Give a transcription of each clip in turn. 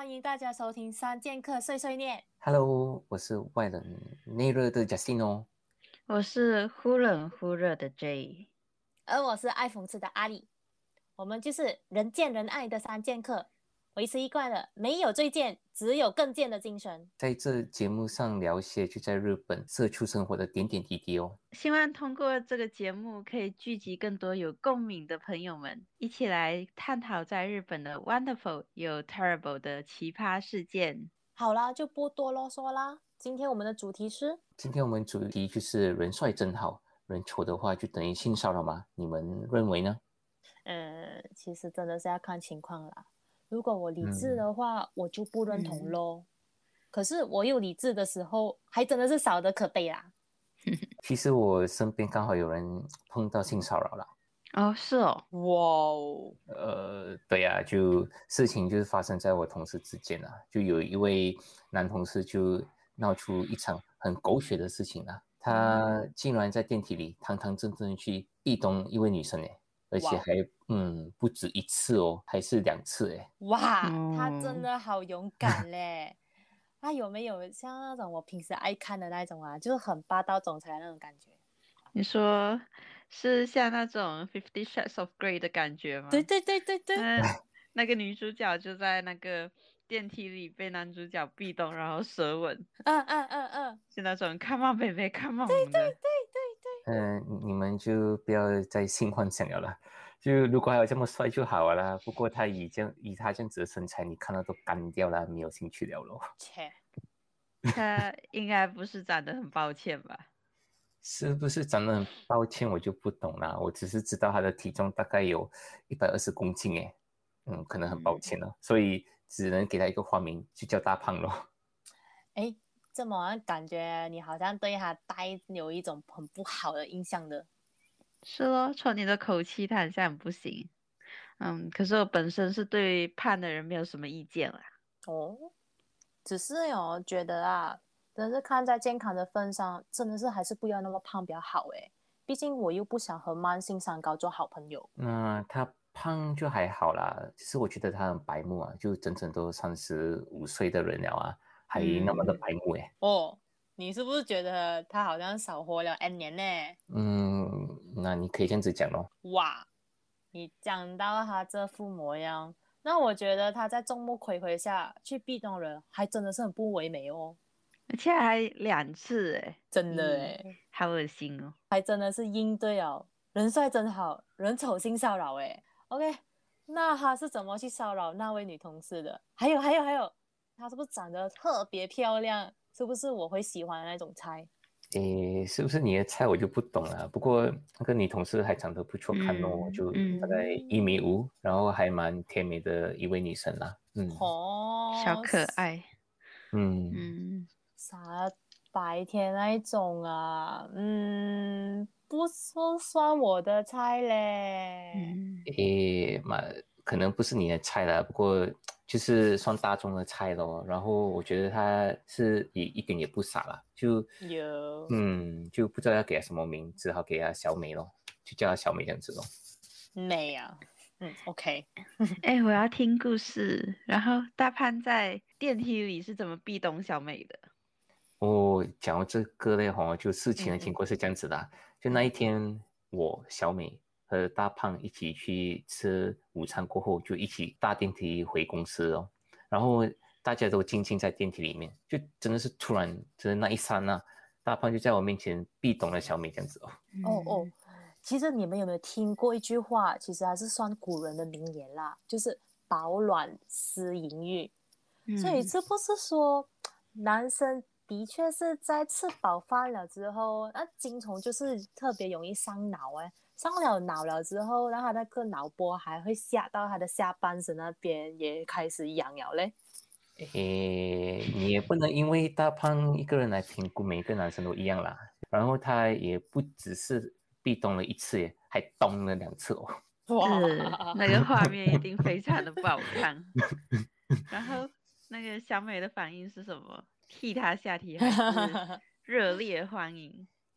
欢迎大家收听三剑客碎碎念。 Hello，我是外冷内热的 Justino。 我是忽冷忽热的 J。 而我是爱讽刺的阿里。我们就是人见人爱的三剑客，维持一贯的没有最贱，只有更贱的精神。 在这节目上聊些就在日本社畜生活的点点滴滴哦。 希望通过这个节目可以聚集更多有共鸣的朋友们，一起来探讨在日本的 wonderful 有 terrible 的奇葩事件。 好啦，就不多啰嗦啦。今天我们的主题是， 今天我们主题就是人帅真好，人丑的话就等于性骚扰吗？你们认为呢？ 其实真的是要看情况啦。如果我理智嗯， 的话，我就不认同咯。可是我有理智的时候，还真的是少得可悲啦。 其实我身边刚好有人碰到性骚扰了。 哦，是哦。 哇哦， 对啊，就事情就是发生在我同事之间啊，就有一位男同事就闹出一场很狗血的事情啊，他竟然在电梯里堂堂正正去壁咚一位女生诶，而且哇还不止一次哦，还是2次诶。 哇，他真哦， 的好勇敢嘞！他有没有像那种我平时爱看的那种啊，就是很霸道总裁那种感觉？ 你说是像那种《Fifty Shades of Grey》的感觉吗？ 对对对对对， 那那个女主角就在那个电梯里被男主角壁咚，然后舌吻， 嗯， 是那种 "Come on, baby, come 对 on" 的。 对对对对， 你们就不要再性幻想了啦。就如果还有这么帅就好了啦。不过以他这样子的身材，你看到都干掉了，没有兴趣了咯。 切， 她应该不是长得很抱歉吧？ 是不是长得很抱歉，我就不懂啦。我只是知道他的体重大概有120公斤，诶，可能很抱嗯， 歉了，所以只能给他一个花名，就叫大胖咯。 哎，这么感觉你好像对他带有一种很不好的印象的。 是咯，从你的口气，她好像很不行。可是我本身是对胖的人没有什么意见啦。 哦，只是觉得啊，真的是看在健康的份上，真的是还是不要那么胖比较好诶。毕竟我又不想和慢性三高做好朋友。 那他胖就还好啦，只是我觉得他很白目啊，就整整都35岁的人了啊，还那么的嗯， 白目诶。 哦，你是不是觉得他好像少活了 N 年呢？ 那你可以这样子讲咯。 哇，你讲到他这副模样，那我觉得他在众目睽睽下去壁咚人，还真的是很不唯美哦。 而且还2次诶， 真的咦， 诶， 好恶心哦！ 还真的是应对哦，人帅真好，人丑性骚扰诶。OK，那他是怎么去骚扰那位女同事的？还有，她是不是长得特别漂亮？是不是我会喜欢的那种菜？ 诶，是不是你的菜我就不懂了。不过那个女同事还长得不错看哦， 嗯就大概嗯， 1米5，然后还蛮甜美的一位女生啦。 小哦， 可爱。 嗯， 嗯， 傻白甜那一种啊，不说算我的菜嘞。 嗯， 诶嘛，可能不是你的菜啦，不过就是算大众的菜咯。然后我觉得她是也一点也不傻啦， 有就不知道要给她什么名，只好给她小美咯，就叫她小美这样子咯。 美啊，OK， 哎，我要听故事。然后大潘在电梯里是怎么壁咚小美的？ 哦，讲到这个嘞吼，就事情的经嗯过是这样子的啊，就那一嗯天我小美和大胖一起去吃午餐过后，就一起搭电梯回公司哦。然后大家都静静在电梯里面，就真的是突然，就是那一刹那，大胖就在我面前壁咚了小美这样子哦。 哦， 嗯其实你们有没有听过一句话？其实还是算古人的名言啦，就是"饱暖思淫欲"。所以嗯， 这不是说男生的确是在吃饱饭了之后，那精虫就是特别容易上脑哎，上了脑了之后，然后他那个脑波还会下到他的下半身那边，也开始痒了嘞。 诶，你也不能因为大胖一个人来评估每个男生都一样啦。然后他也不只是壁咚了1次耶，还咚了2次哦。 哇， 那个画面一定非常的不好看。然后那个小美的反应是什么？替她下体还是热烈欢迎？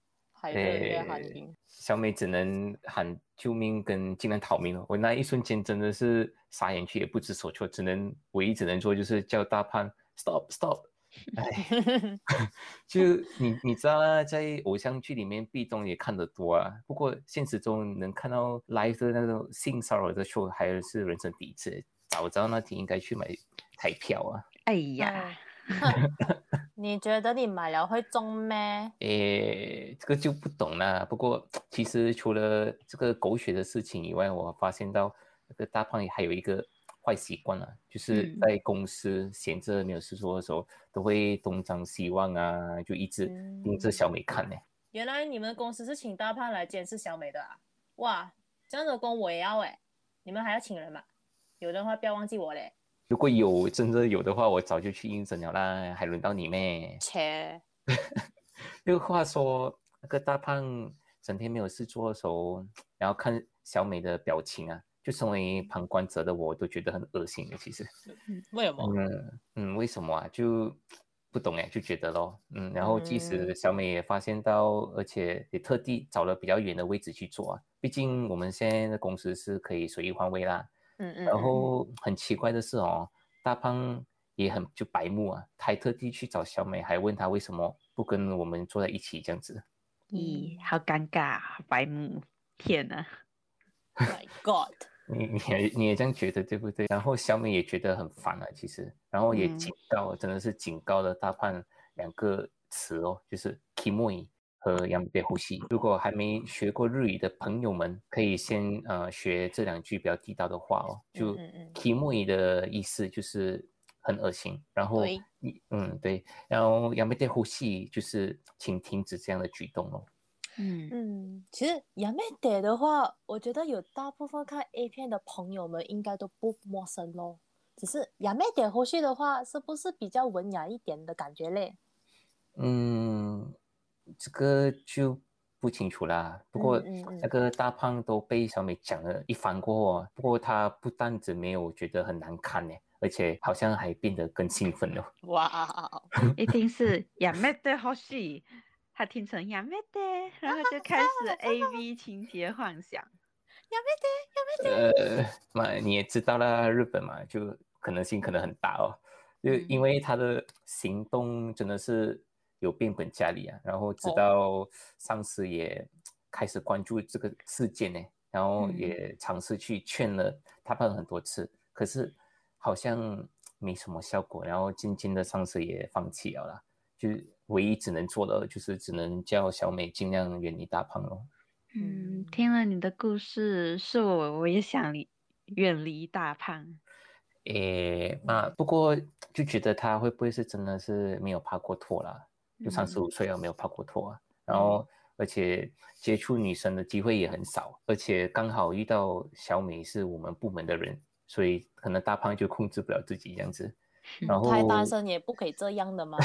还热烈喊赢。 小美只能喊救命跟尽量逃命了。我那一瞬间真的是傻眼去，也不知所措，唯一只能做就是叫大胖 stop stop。哎，就你知道啊，在偶像剧里面壁咚也看得多啊，不过现实中能看到 live 的那种性骚扰的 show 还是人生第一次。早知道那天应该去买台票啊。 哎呀， 你觉得你买了会中咩？ 这个就不懂啦。不过其实除了这个狗血的事情以外，我发现到那个大胖还有一个坏习惯啊，就是在公司闲着没有事做的时候，都会东张西望啊，就一直盯着小美看呢。 原来你们公司是请大胖来监视小美的啊！哇，这样的工我也要哎！你们还要请人吗？有的话不要忘记我嘞。 如果真的有的话，我早就去应征了啦，还轮到你咩？ 切， 这个话说，那个大胖整天没有事做的时候，然后看小美的表情啊，就身为旁观者的我都觉得很恶心的。其实， 为什么？ 为什么啊？就不懂哎，就觉得咯，然后即使小美也发现到，而且也特地找了比较远的位置去做啊，毕竟我们现在的公司是可以随意换位啦。然后很奇怪的是哦，大胖也很就白目啊，他还特地去找小美，还问她为什么不跟我们坐在一起这样子。 咦，好尴尬，好白目，天哪 ！My God！ 你也这样觉得对不对？然后小美也觉得很烦啊，其实，然后也真的是警告了大胖两个词哦，就是 Kimoi 和杨别呼吸。如果还没学过日语的朋友们，可以先学这两句比较地道的话哦。就 Kimoi 的意思就是很恶心，然后对，然后杨别呼吸就是请停止这样的举动哦。 其实亚美得的话，我觉得有大部分看 A 片的朋友们应该都不陌生咯。只是亚美得后续的话，是不是比较文雅一点的感觉嘞？ 这个就不清楚啦。不过那个大胖都被小美讲了一番过后，不过他不但只没有觉得很难看呢，而且好像还变得更兴奋了。 哇， 一定是亚妹的好戏，他听成亚妹的，然后就开始 AV 情节幻想。 亚美得， 嘛你也知道啦，日本嘛，就可能性可能很大哦，就因为他的行动真的是有变本加厉啊，然后直到上司也开始关注这个事件呢，然后也尝试去劝了他爸很多次，可是好像没什么效果，然后渐渐的上司也放弃了啦，就唯一只能做的就是只能叫小美尽量远离大胖咯。 听了你的故事，是我也想远离大胖。 不过就觉得他会不会是真的是没有拍过拖啦？就35岁了没有拍过拖啊，然后而且接触女生的机会也很少，而且刚好遇到小美是我们部门的人，所以可能大胖就控制不了自己这样子。然后太单身也不可以这样的嘛。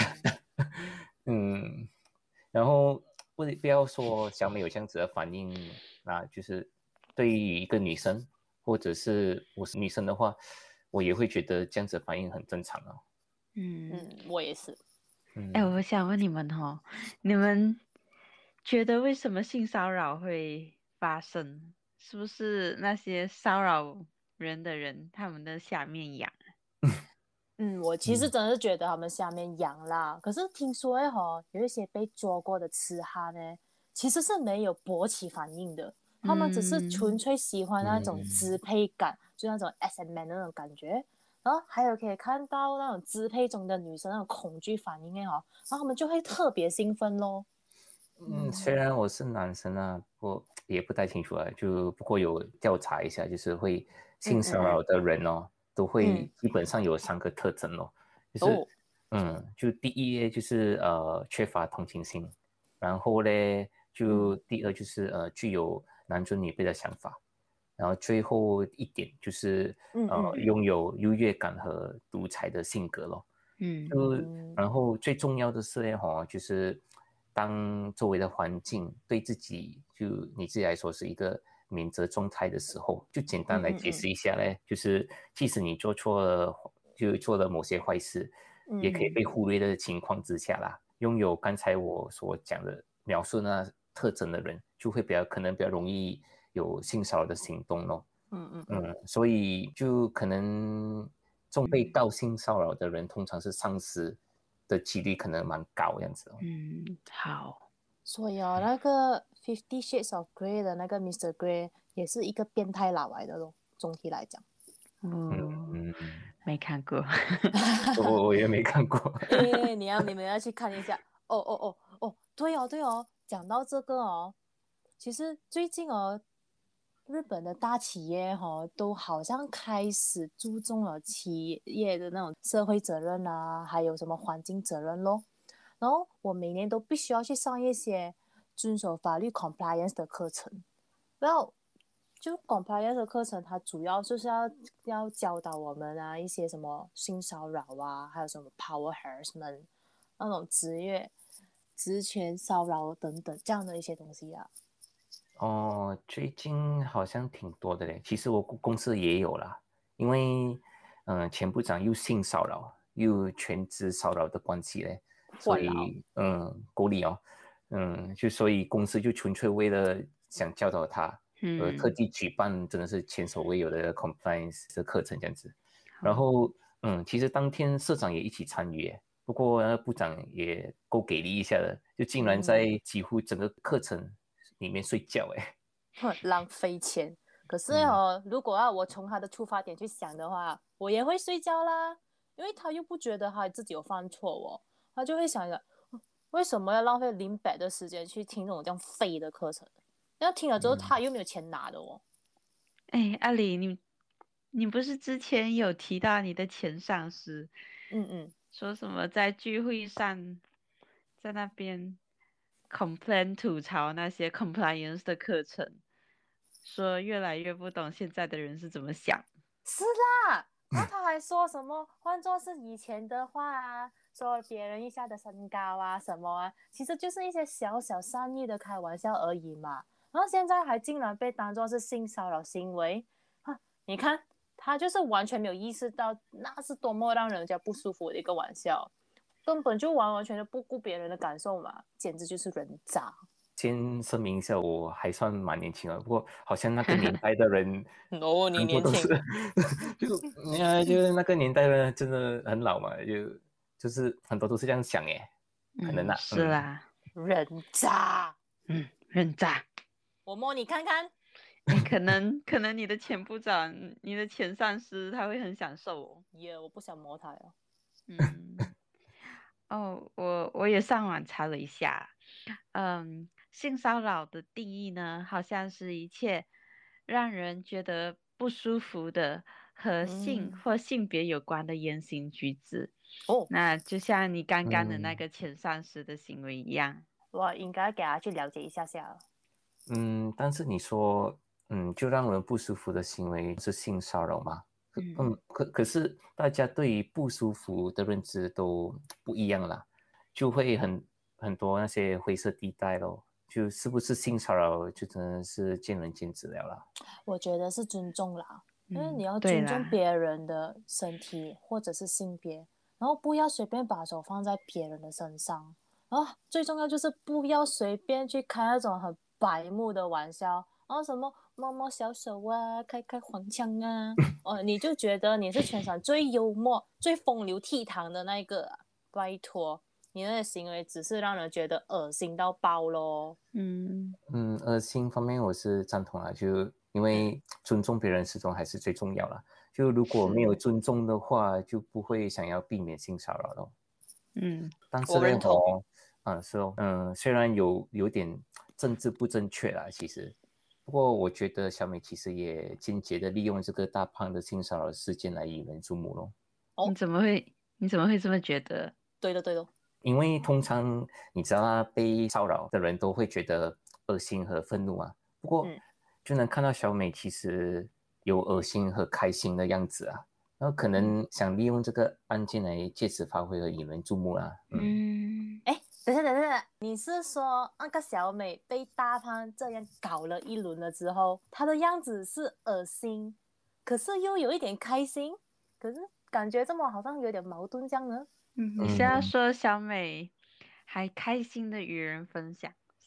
然后不要说小美有这样子的反应啊，就是对于一个女生，或者是我是女生的话，我也会觉得这样子的反应很正常哦。 我也是。 我想问你们哦，你们觉得为什么性骚扰会发生？是不是那些骚扰人的人他们的下面痒？ 我其实真的是觉得他们下面痒啦。可是听说有一些被捉过的痴汉呢，其实是没有勃起反应的，他们只是纯粹喜欢那种支配感，就那种 SM 那种感觉。然后还有可以看到那种支配中的女生那种恐惧反应然后他们就会特别兴奋咯。 虽然我是男生啊，也不太清楚啊，不过有调查一下，就是会性骚扰的人哦，都会基本上有3个特征哦，就是就第一就是缺乏同情心，然后呢就第二就是具有男尊女卑的想法，然后最后一点就是拥有优越感和独裁的性格咯。然后最重要的是呢，就是当周围的环境对你自己来说是一个免责状态的时候，就简单来解释一下呢，就是即使你做了某些坏事，也可以被忽略的情况之下啦，拥有刚才我所讲的描述那特征的人，就会可能比较容易有性骚扰的行动咯。所以就可能被告性骚扰的人通常是上司的几率可能蛮高这样子。 好。 所以那个 Fifty Shades of Grey 的那个 Mr. Grey 也是一个变态佬来的咯，总体来讲。 没看过。 我也没看过。 你们要去看一下。对哦，讲到这个其实最近日本的大企业都好像开始注重了企业的那种社会责任啊，还有什么环境责任咯。然后我每年都必须要去上一些遵守法律 compliance 的课程。然后就 compliance 的课程，它主要就是要教导我们一些什么性骚扰啊，还有什么 power harassment 那种职权骚扰等等这样的一些东西啊。 最近好像挺多的嘞。其实我公司也有啦，因为前部长又性骚扰又全职骚扰的关系嘞，所以够力所以公司就纯粹为了想教导他，特地举办真的是前所未有的 compliance 的课程这样子。然后其实当天社长也一起参与耶，不过那个部长也够给力一下的，就竟然在几乎整个课程里面睡觉浪费钱。可是如果我从他的出发点去想的话，我也会睡觉啦，因为他又不觉得他自己有犯错他就会想着为什么要浪费0.1的时间去听这样废的课程？那听了之后他又没有钱拿的阿里，你不是之前有提到你的前上司，说什么在聚会上在那边 complain 吐槽那些 compliance 的课程，说越来越不懂现在的人是怎么想。 是啦，然后他还说什么换作是以前的话说别人一下的身高什么其实就是一些小小善意的开玩笑而已嘛。然后现在还竟然被当作是性骚扰行为你看他就是完全没有意识到那是多么让人家不舒服的一个玩笑，根本就完全的不顾别人的感受嘛，简直就是人渣。 先声明一下，我还算蛮年轻的，不过好像那个年代的人你年轻就是那个年代的人真的很老嘛，就是很多都是这样想可能是啦， 人渣， 人渣。 我摸你看看。 可能你的前部长，你的前上司他会很享受我不想摸他我也上网查了一下，性骚扰的定义呢，好像是一切让人觉得不舒服的和性或性别有关的言行举止。那就像你刚刚的那个前上司的行为一样， 我应该给他去了解一下下。 但是你说就让人不舒服的行为是性骚扰吗？可是大家对于不舒服的认知都不一样啦，就会很多那些灰色地带咯，就是不是性骚扰就真的是见仁见智了啦。 我觉得是尊重啦，因为你要尊重别人的身体或者是性别，然后不要随便把手放在别人的身上，然后最重要就是不要随便去开那种很白目的玩笑，然后什么摸摸小手开黄腔你就觉得你是全场最幽默最风流倜傥的那一个拜托，你那个行为只是让人觉得恶心到爆咯。 恶心方面我是赞同啦，就因为尊重别人始终还是最重要啦，就如果没有尊重的话就不会想要避免性骚扰咯。但是呢虽然有点政治不正确啦，其实不过我觉得小美其实也间接的利用这个大胖的性骚扰事件来引人注目咯。 你怎么会这么觉得？ 对的因为通常你知道被骚扰的人都会觉得恶心和愤怒不过就能看到小美其實有惡心和開心的樣子然後可能想利用這個案件來借此發揮和引人注目等下，你是說那個小美被大胖這樣搞了一輪了之後，她的樣子是惡心，可是又有一點開心，可是感覺這麼好像有點矛盾這樣呢？ 你是要說小美還開心的與人分享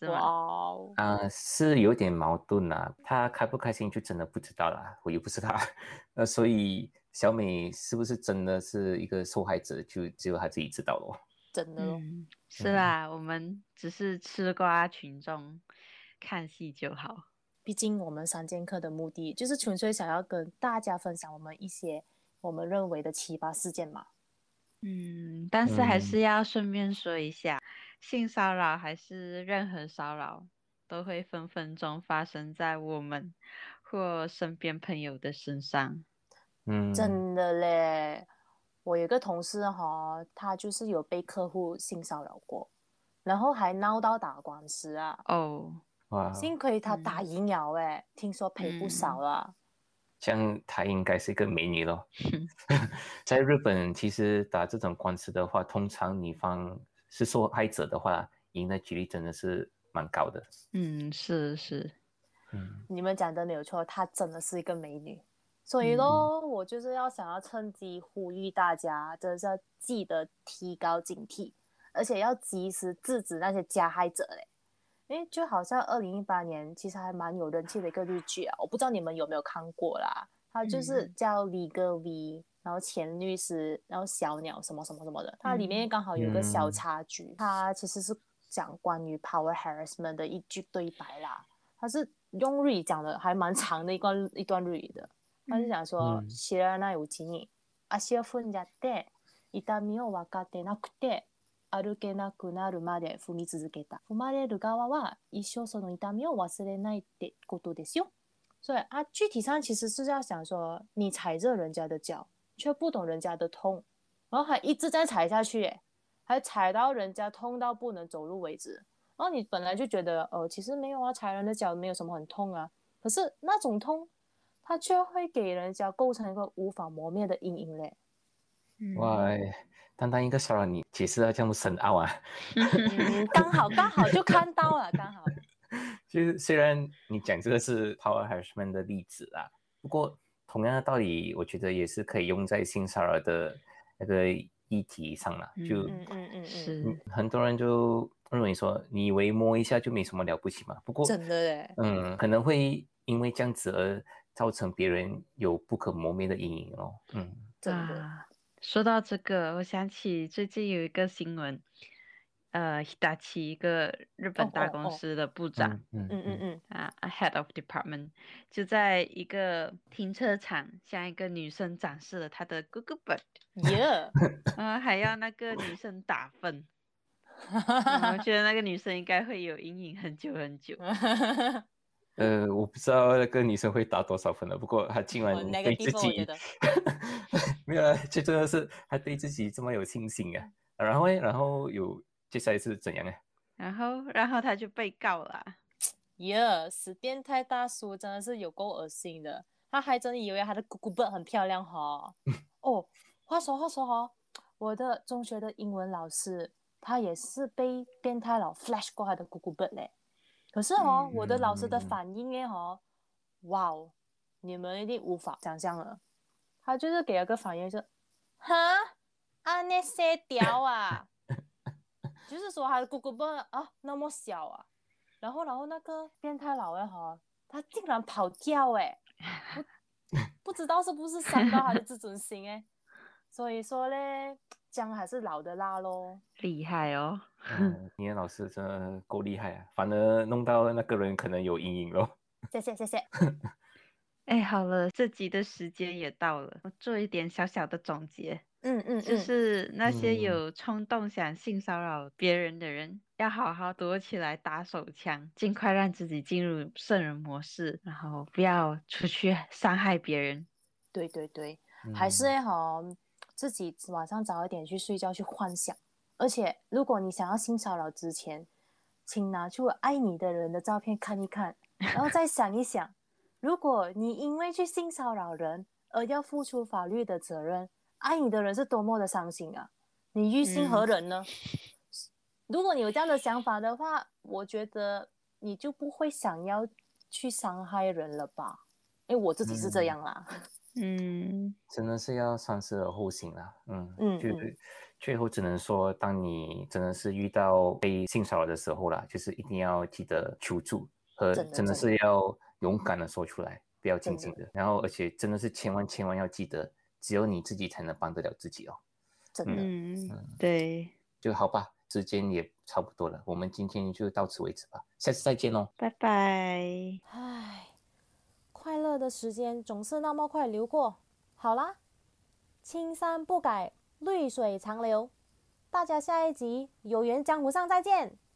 是哇吗？ 哦， 是有点矛盾啦。他开不开心就真的不知道啦，我又不是他。所以小美是不是真的是一个受害者，就只有她自己知道咯。 真的咯。 是啦，我们只是吃瓜群众，看戏就好。 毕竟我们三剑客的目的就是纯粹想要跟大家分享我们一些我们认为的奇葩事件嘛。 但是还嗯是要顺便说一下，性骚扰还是任何骚扰，都会分分钟发生在我们或身边朋友的身上。 嗯， 真的嘞，我有个同事哈，他就是有被客户性骚扰过，然后还闹到打官司啊。 哦， 哇， 幸亏他打嗯赢了诶，听说赔不少嗯， 了。 这样她应该是一个美女咯。在日本，其实打这种官司的话，通常女方是受害者的话，赢的几率真的是蛮高的。 是是， 嗯你们讲的没有错，她真的是一个美女。所以嗯咯，我就是想要趁机呼吁大家，真的是要记得提高警惕，而且要及时制止那些加害者嘞。因为就好像2018年，其实还蛮有人气的一个日剧啊，我不知道你们有没有看过啦。它就是嗯叫《Legal V》，然后前律师，然后小鸟什么什么什么的。它里面嗯刚好有一个小嗯插曲，它其实是讲关于 power harassment 的一句对白啦。它是用日语讲的，还蛮长的一段日语的。他就讲说， 嗯知らないうちに足を踏んじゃって痛みを分かってなくて歩けなくなるまで踏み続けた。踏まれる側は一生その痛みを忘れないってことですよ。所以啊，具体上其实是要想说，你踩着人家的脚，却不懂人家的痛，然后还一直在踩下去，还踩到人家痛到不能走路为止。然后你本来就觉得，其实没有啊，踩人的脚没有什么很痛啊，可是那种痛，它却会给人家构成一个无法磨灭的阴影嘞。 哇， 嗯单单一个骚扰你解释的这么深奥啊！ 刚好就看到了，刚好。 就是虽然你讲这个是 power harassment 的例子啦，不过同样的道理，我觉得也是可以用在性骚扰的那个议题上啦。就是， 很多人就认为说，你以为摸一下就没什么了不起嘛？不过， 真的嘞， 可能会因为这样子而造成别人有不可磨灭的阴影哦。 真的。 说到这个，我想起最近有一个新闻，Hitachi 一个日哦本大公哦哦， 司的部长嗯嗯嗯 ，Head of Department，就在一个停车场向一个女生展示了他的 Google Bird， 耶， 还要那个女生打分，我觉得那个女生应该会有阴影很久很久。 我不知道那个女生会打多少分了，不过她竟然哦对自 ，negative，我觉己得。 没有啊，最重要的是她对自己这么有信心啊。然后呢，然后接下来是怎样啊？ 然后他就被告了。 耶，死变态大叔真的是有够恶心的，他还真以为他的姑姑 bird 很漂亮哈。哦，话说哈，我的中学的英文老师他也是被变态佬 flash 过他的姑姑 bird 嘞。可是我的老师的嗯反应哇哦，你们一定无法想象了。他就是给了个反应，就哈，那些屌啊，就是说他的姑姑 bird 啊那么小啊。然后那个变态佬他竟然跑掉不知道是不是伤到他的自尊心所以说嘞，姜还是老的辣咯。 厉害哦！ 你的老师真的够厉害啊，反而弄到那个人可能有阴影咯。 谢谢。 哎，好了，这集的时间也到了，我做一点小小的总结，就嗯， 是那些嗯有冲动想性骚扰别人的人，要好好躲起来打手枪，尽快让自己进入圣人模式，然后不要出去伤害别人。 对，还是嗯自己晚上早一点去睡觉去幻想。而且如果你想要性骚扰之前，请拿出爱你的人的照片看一看，然后再想一想，如果你因为去性骚扰人而要付出法律的责任，爱你的人是多么的伤心啊！你于心何忍呢？如果你有这样的想法的话，我觉得你就不会想要去伤害人了吧？因为我自己是这样啦。 嗯真的是要三思而后行啦。 嗯最后只能说，当你真的是遇到被性骚扰的时候啦，就是一定要记得求助，和真的是要勇敢的说出来，不要静静的。然后，而且真的是千万千万要记得，只有你自己才能帮得了自己哦。 真的， 对， 就好吧，时间也差不多了，我们今天就到此为止吧，下次再见哦， 拜拜。 唉，快乐的时间总是那么快流过。好啦，青山不改，绿水长流。大家下一集有缘江湖上再见。